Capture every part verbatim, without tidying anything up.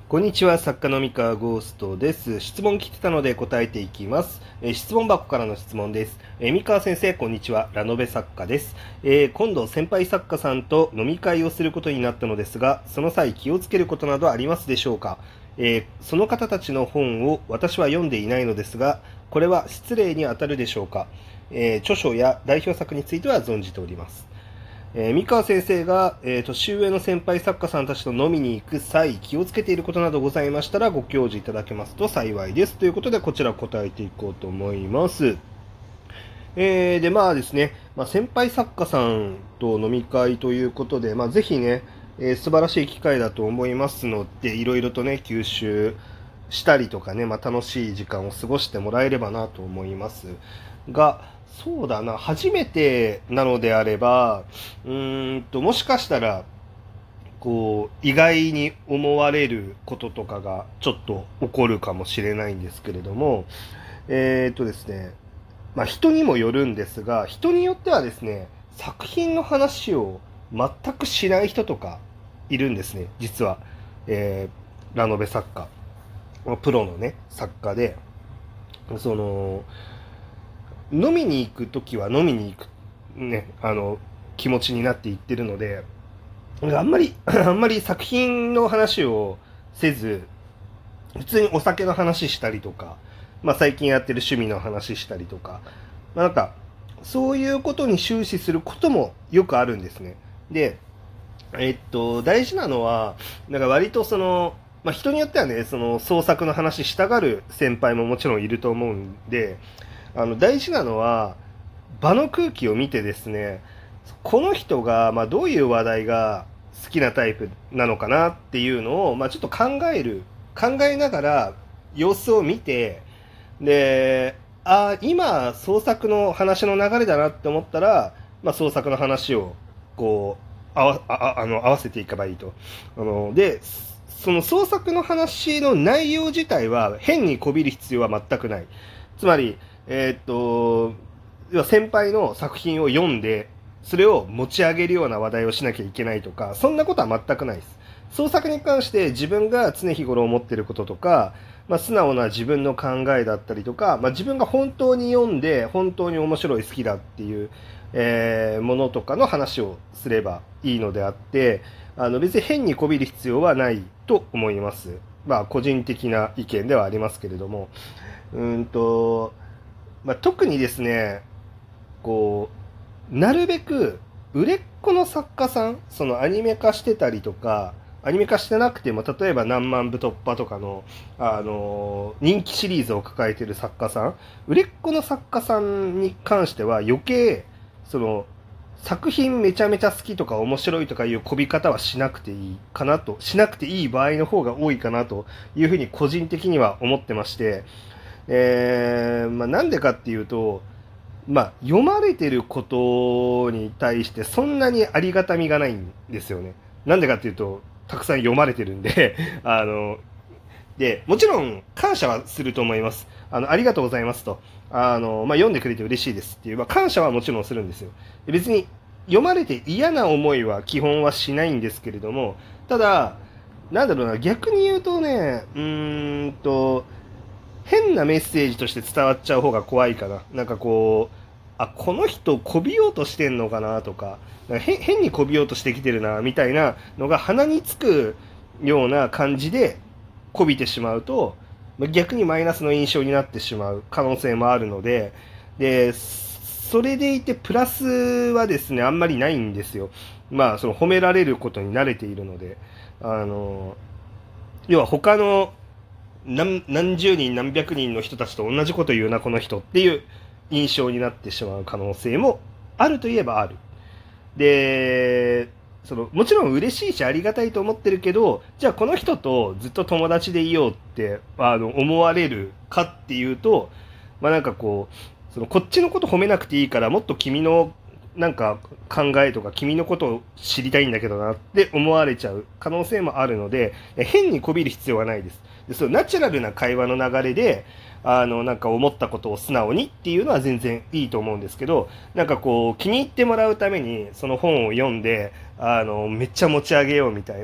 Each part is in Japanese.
こんにちは、作家の三河ゴーストです。質問来てたので答えていきます。えー、質問箱からの質問です。えー、三河先生、こんにちは。ラノベ作家です。えー、今度、先輩作家さんと飲み会をすることになったのですが、その際気をつけることなどありますでしょうか？えー、その方たちの本を私は読んでいないのですが、これは失礼に当たるでしょうか？えー、著書や代表作については存じております。えー、三河先生が、えー、年上の先輩作家さんたちと飲みに行く際、気をつけていることなどございましたらご教示いただけますと幸いです。ということで、こちら答えていこうと思います。えー、で、まあですね、まあ、先輩作家さんと飲み会ということで、まあ、ぜひね、えー、素晴らしい機会だと思いますので、いろいろとね、吸収したりとかね、まあ、楽しい時間を過ごしてもらえればなと思いますが、そうだな、初めてなのであれば、うーんと、もしかしたら、こう、意外に思われることとかがちょっと起こるかもしれないんですけれども、えーとですね、まあ人にもよるんですが、人によってはですね、作品の話を全くしない人とかいるんですね、実は。えー、ラノベ作家。プロのね、作家で、その、飲みに行くときは飲みに行く、ね、あの、気持ちになって行ってるので、あんまり、あんまり作品の話をせず、普通にお酒の話したりとか、まあ最近やってる趣味の話したりとか、まあなんか、そういうことに終始することもよくあるんですね。で、えっと、大事なのは、なんか割とその、まあ人によってはね、その創作の話したがる先輩ももちろんいると思うんで、あの大事なのは場の空気を見てですね、この人がまあどういう話題が好きなタイプなのかなっていうのを、まあ、ちょっと考える考えながら様子を見て、で、あ今創作の話の流れだなって思ったら、まあ、創作の話をこうあわああの合わせていけばいいと。あのでその創作の話の内容自体は変にこびる必要は全くない。つまり、えーっと、要は先輩の作品を読んで、それを持ち上げるような話題をしなきゃいけないとか、そんなことは全くないです。創作に関して自分が常日頃思っていることとか、まあ、素直な自分の考えだったりとか、まあ、自分が本当に読んで、本当に面白い、好きだっていう、えーものとかの話をすればいいのであって、あの別に変にこびる必要はないと思います。まあ、個人的な意見ではありますけれども。うんと、まあ、特にですね、こう、なるべく売れっ子の作家さん、そのアニメ化してたりとか、アニメ化してなくても、例えば何万部突破とかの、あのー人気シリーズを抱えている作家さん、売れっ子の作家さんに関しては余計、その、作品めちゃめちゃ好きとか面白いとかいうこび方はしなくていいかなと、しなくていい場合の方が多いかなというふうに個人的には思ってまして、えー、まあなんでかっていうと、まあ、読まれてることに対してそんなにありがたみがないんですよね。なんでかっていうと、たくさん読まれてるんで、あの、で、もちろん感謝はすると思います。あの、ありがとうございますと。あの、まあ、読んでくれて嬉しいですっていう、まあ、感謝はもちろんするんですよ。別に読まれて嫌な思いは基本はしないんですけれども、ただ、なんだろうな、逆に言うとね、うーんと、変なメッセージとして伝わっちゃう方が怖いかな。なんかこう、あ、この人こびようとしてんのかなとか、なんか変変にこびようとしてきてるな、みたいなのが鼻につくような感じでこびてしまうと、逆にマイナスの印象になってしまう可能性もあるので、で、それでいてプラスはですね、あんまりないんですよ。まあ、その褒められることに慣れているので、あの、要は他の何何十人何百人の人たちと同じこと言うなこの人っていう印象になってしまう可能性もあるといえばある。で、そのもちろん嬉しいしありがたいと思ってるけど、じゃあこの人とずっと友達でいようってあの思われるかっていうと、まあなんかこう、そのこっちのこと褒めなくていいからもっと君のなんか考えとか君のことを知りたいんだけどなって思われちゃう可能性もあるので、変にこびる必要はないです。で、そうナチュラルな会話の流れで、あの、なんか思ったことを素直にっていうのは全然いいと思うんですけど、なんかこう、気に入ってもらうために、その本を読んで、あの、めっちゃ持ち上げようみたいな、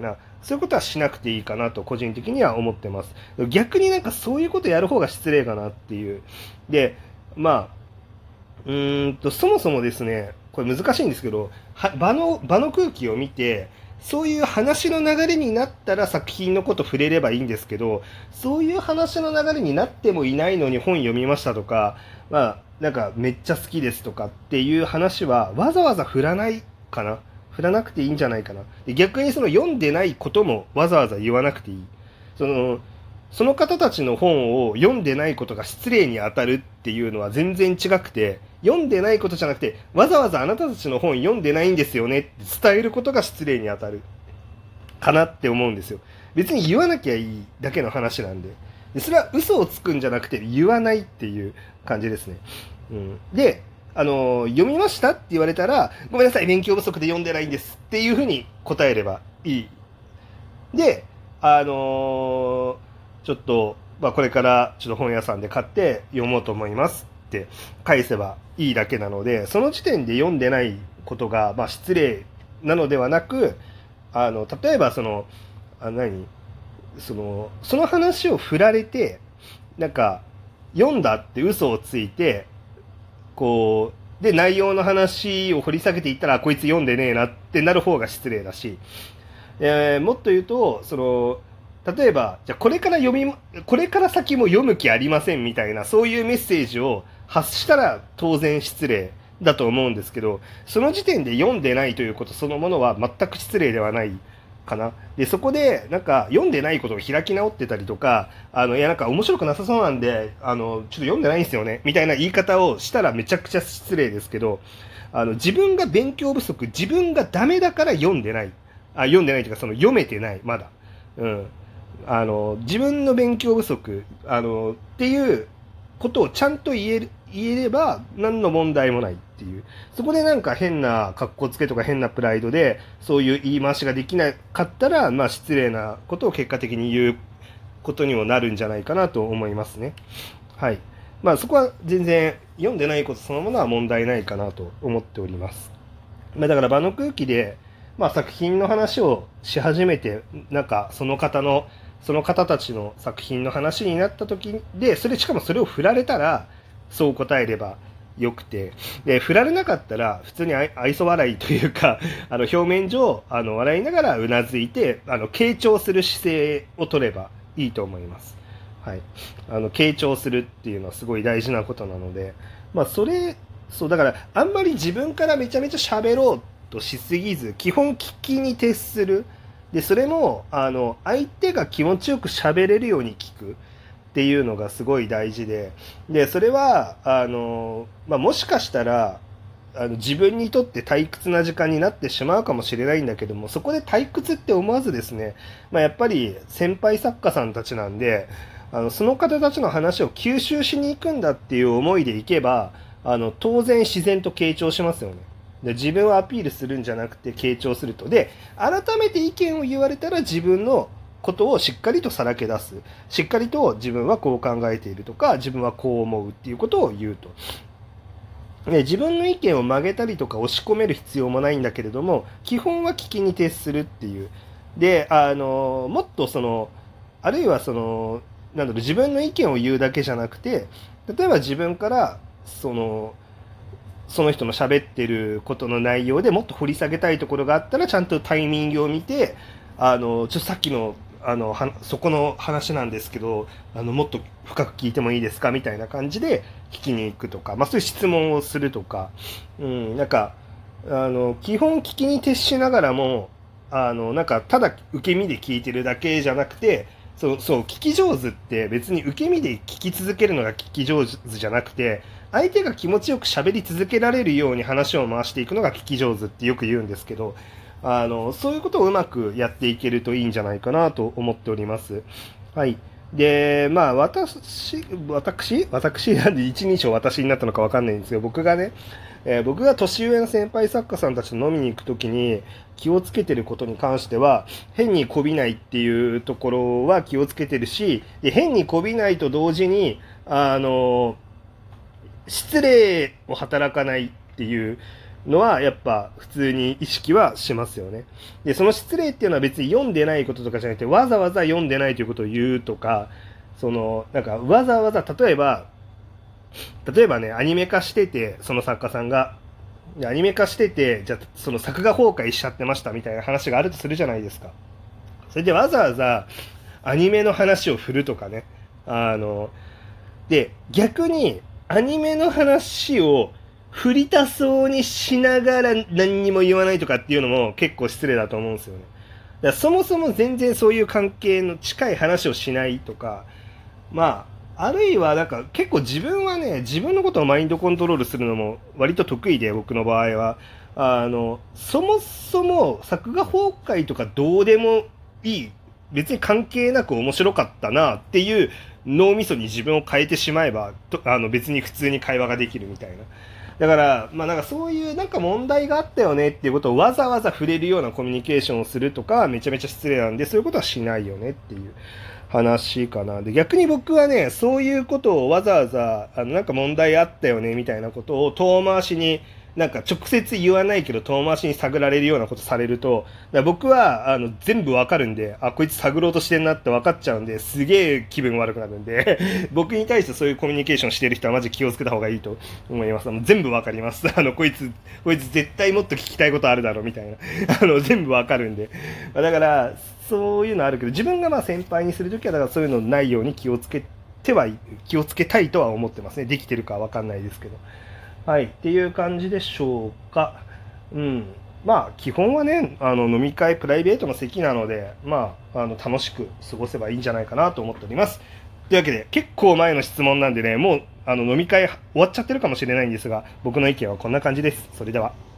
そういうことはしなくていいかなと個人的には思ってます。逆になんかそういうことやる方が失礼かなっていう。で、まあ、うーんと、そもそもですね、これ難しいんですけど、は場の、場の空気を見て、そういう話の流れになったら作品のこと触れればいいんですけど、そういう話の流れになってもいないのに本読みましたとか、まあ、なんかめっちゃ好きですとかっていう話はわざわざ振らないかな。振らなくていいんじゃないかな。で、逆にその読んでないこともわざわざ言わなくていい。その、その方たちの本を読んでないことが失礼に当たるっていうのは全然違くて、読んでないことじゃなくて、わざわざあなたたちの本読んでないんですよねって伝えることが失礼に当たるかなって思うんですよ。別に言わなきゃいいだけの話なんで。でそれは嘘をつくんじゃなくて言わないっていう感じですね。うん、で、あのー、読みましたって言われたら、ごめんなさい、勉強不足で読んでないんですっていうふうに答えればいい。で、あのー、ちょっと、まあ、これからちょっと本屋さんで買って読もうと思いますって返せばいいだけなので、その時点で読んでないことが、まあ、失礼なのではなく、あの、例えばその、あ、何その、その話を振られて、なんか、読んだって嘘をついて、こう、で、内容の話を掘り下げていったら、こいつ読んでねえなってなる方が失礼だし、えー、もっと言うと、その、例えば、じゃあこれから読み、これから先も読む気ありませんみたいな、そういうメッセージを発したら当然失礼だと思うんですけど、その時点で読んでないということそのものは全く失礼ではないかな。で、そこで、なんか、読んでないことを開き直ってたりとか、あの、いや、なんか面白くなさそうなんで、あの、ちょっと読んでないんですよね、みたいな言い方をしたらめちゃくちゃ失礼ですけど、あの、自分が勉強不足、自分がダメだから読んでない。あ、読んでないというか、その、読めてない、まだ。うん。あの、自分の勉強不足、あの、っていうことをちゃんと言える、言えれば何の問題もないっていう。そこでなんか変な格好つけとか変なプライドでそういう言い回しができなかったら、まあ失礼なことを結果的に言うことにもなるんじゃないかなと思いますね。はい。まあそこは全然読んでないことそのものは問題ないかなと思っております。まあだから場の空気で、まあ作品の話をし始めて、なんかその方の、その方たちの作品の話になった時で、それしかもそれを振られたら、そう答えればよくて、で、振られなかったら、普通に愛想笑いというか、あの、表面上、あの、笑いながらうなずいて、あの、傾聴する姿勢を取ればいいと思います。はい。あの、傾聴するっていうのはすごい大事なことなので、まあ、それ、そう、だから、あんまり自分からめちゃめちゃ喋ろうとしすぎず、基本聞きに徹する。で、それも、あの、相手が気持ちよく喋れるように聞く。っていうのがすごい大事で、で、それは、あの、まあ、もしかしたら、あの、自分にとって退屈な時間になってしまうかもしれないんだけども、そこで退屈って思わずですね、まあ、やっぱり先輩作家さんたちなんで、あの、その方たちの話を吸収しに行くんだっていう思いでいけば、あの、当然自然と傾聴しますよね。で、自分をアピールするんじゃなくて傾聴すると。で、改めて意見を言われたら自分のことをしっかりとさらけ出す。しっかりと自分はこう考えているとか、自分はこう思うっていうことを言うと。で、自分の意見を曲げたりとか押し込める必要もないんだけれども、基本は聞きに徹するっていう。で、あの、もっとその、あるいはその、なんだろう、自分の意見を言うだけじゃなくて、例えば自分から、その、その人の喋ってることの内容でもっと掘り下げたいところがあったら、ちゃんとタイミングを見て、あの、ちょっとさっきの、あの、は、そこの話なんですけど、あの、もっと深く聞いてもいいですかみたいな感じで聞きに行くとか、まあそういう質問をするとか、うん、なんか、あの、基本聞きに徹しながらも、あの、なんか、ただ受け身で聞いてるだけじゃなくて、そう、そう、聞き上手って別に受け身で聞き続けるのが聞き上手じゃなくて、相手が気持ちよく喋り続けられるように話を回していくのが聞き上手ってよく言うんですけど、あの、そういうことをうまくやっていけるといいんじゃないかなと思っております。はい。で、まあ、私、私私なんで一人称私になったのかわかんないんですけど、僕がね、えー、僕が年上の先輩作家さんたちと飲みに行くときに気をつけてることに関しては、変にこびないっていうところは気をつけてるし、で変にこびないと同時に、あの、失礼を働かないっていうのはやっぱ普通に意識はしますよね。で、その失礼っていうのは別に読んでないこととかじゃなくて、わざわざ読んでないということを言うとか、その、なんかわざわざ、例えば、例えばね、アニメ化してて、その作家さんが、アニメ化してて、じゃあその作画崩壊しちゃってましたみたいな話があるとするじゃないですか。それでわざわざアニメの話を振るとかね。あの、で、逆にアニメの話を振りたそうにしながら何にも言わないとかっていうのも結構失礼だと思うんですよね。だからそもそも全然そういう関係の近い話をしないとか、まあ、あるいはなんか結構自分はね、自分のことをマインドコントロールするのも割と得意で、僕の場合は。あの、そもそも作画崩壊とかどうでもいい、別に関係なく面白かったなっていう脳みそに自分を変えてしまえば、とあの別に普通に会話ができるみたいな。だから、まあなんかそういうなんか問題があったよねっていうことをわざわざ触れるようなコミュニケーションをするとかめちゃめちゃ失礼なんで、そういうことはしないよねっていう話かな。で、逆に僕はね、そういうことをわざわざ、あのなんか問題あったよねみたいなことを遠回しに、なんか直接言わないけど遠回しに探られるようなことされると、だから僕はあの全部わかるんで、あ、こいつ探ろうとしてんなって分かっちゃうんで、すげえ気分悪くなるんで、僕に対してそういうコミュニケーションしてる人はマジ気をつけた方がいいと思います。あの全部わかります。あの、こいつ、こいつ絶対もっと聞きたいことあるだろうみたいな。あの、全部わかるんで。だから、そういうのあるけど、自分がまあ先輩にするときは、だからそういうのないように気をつけては、気をつけたいとは思ってますね。できてるかわかんないですけど。はい、っていう感じでしょうか。うん。まあ、基本はね、あの、飲み会、プライベートの席なので、まあ、あの、楽しく過ごせばいいんじゃないかなと思っております。というわけで、結構前の質問なんでね、もう、あの、飲み会終わっちゃってるかもしれないんですが、僕の意見はこんな感じです。それでは。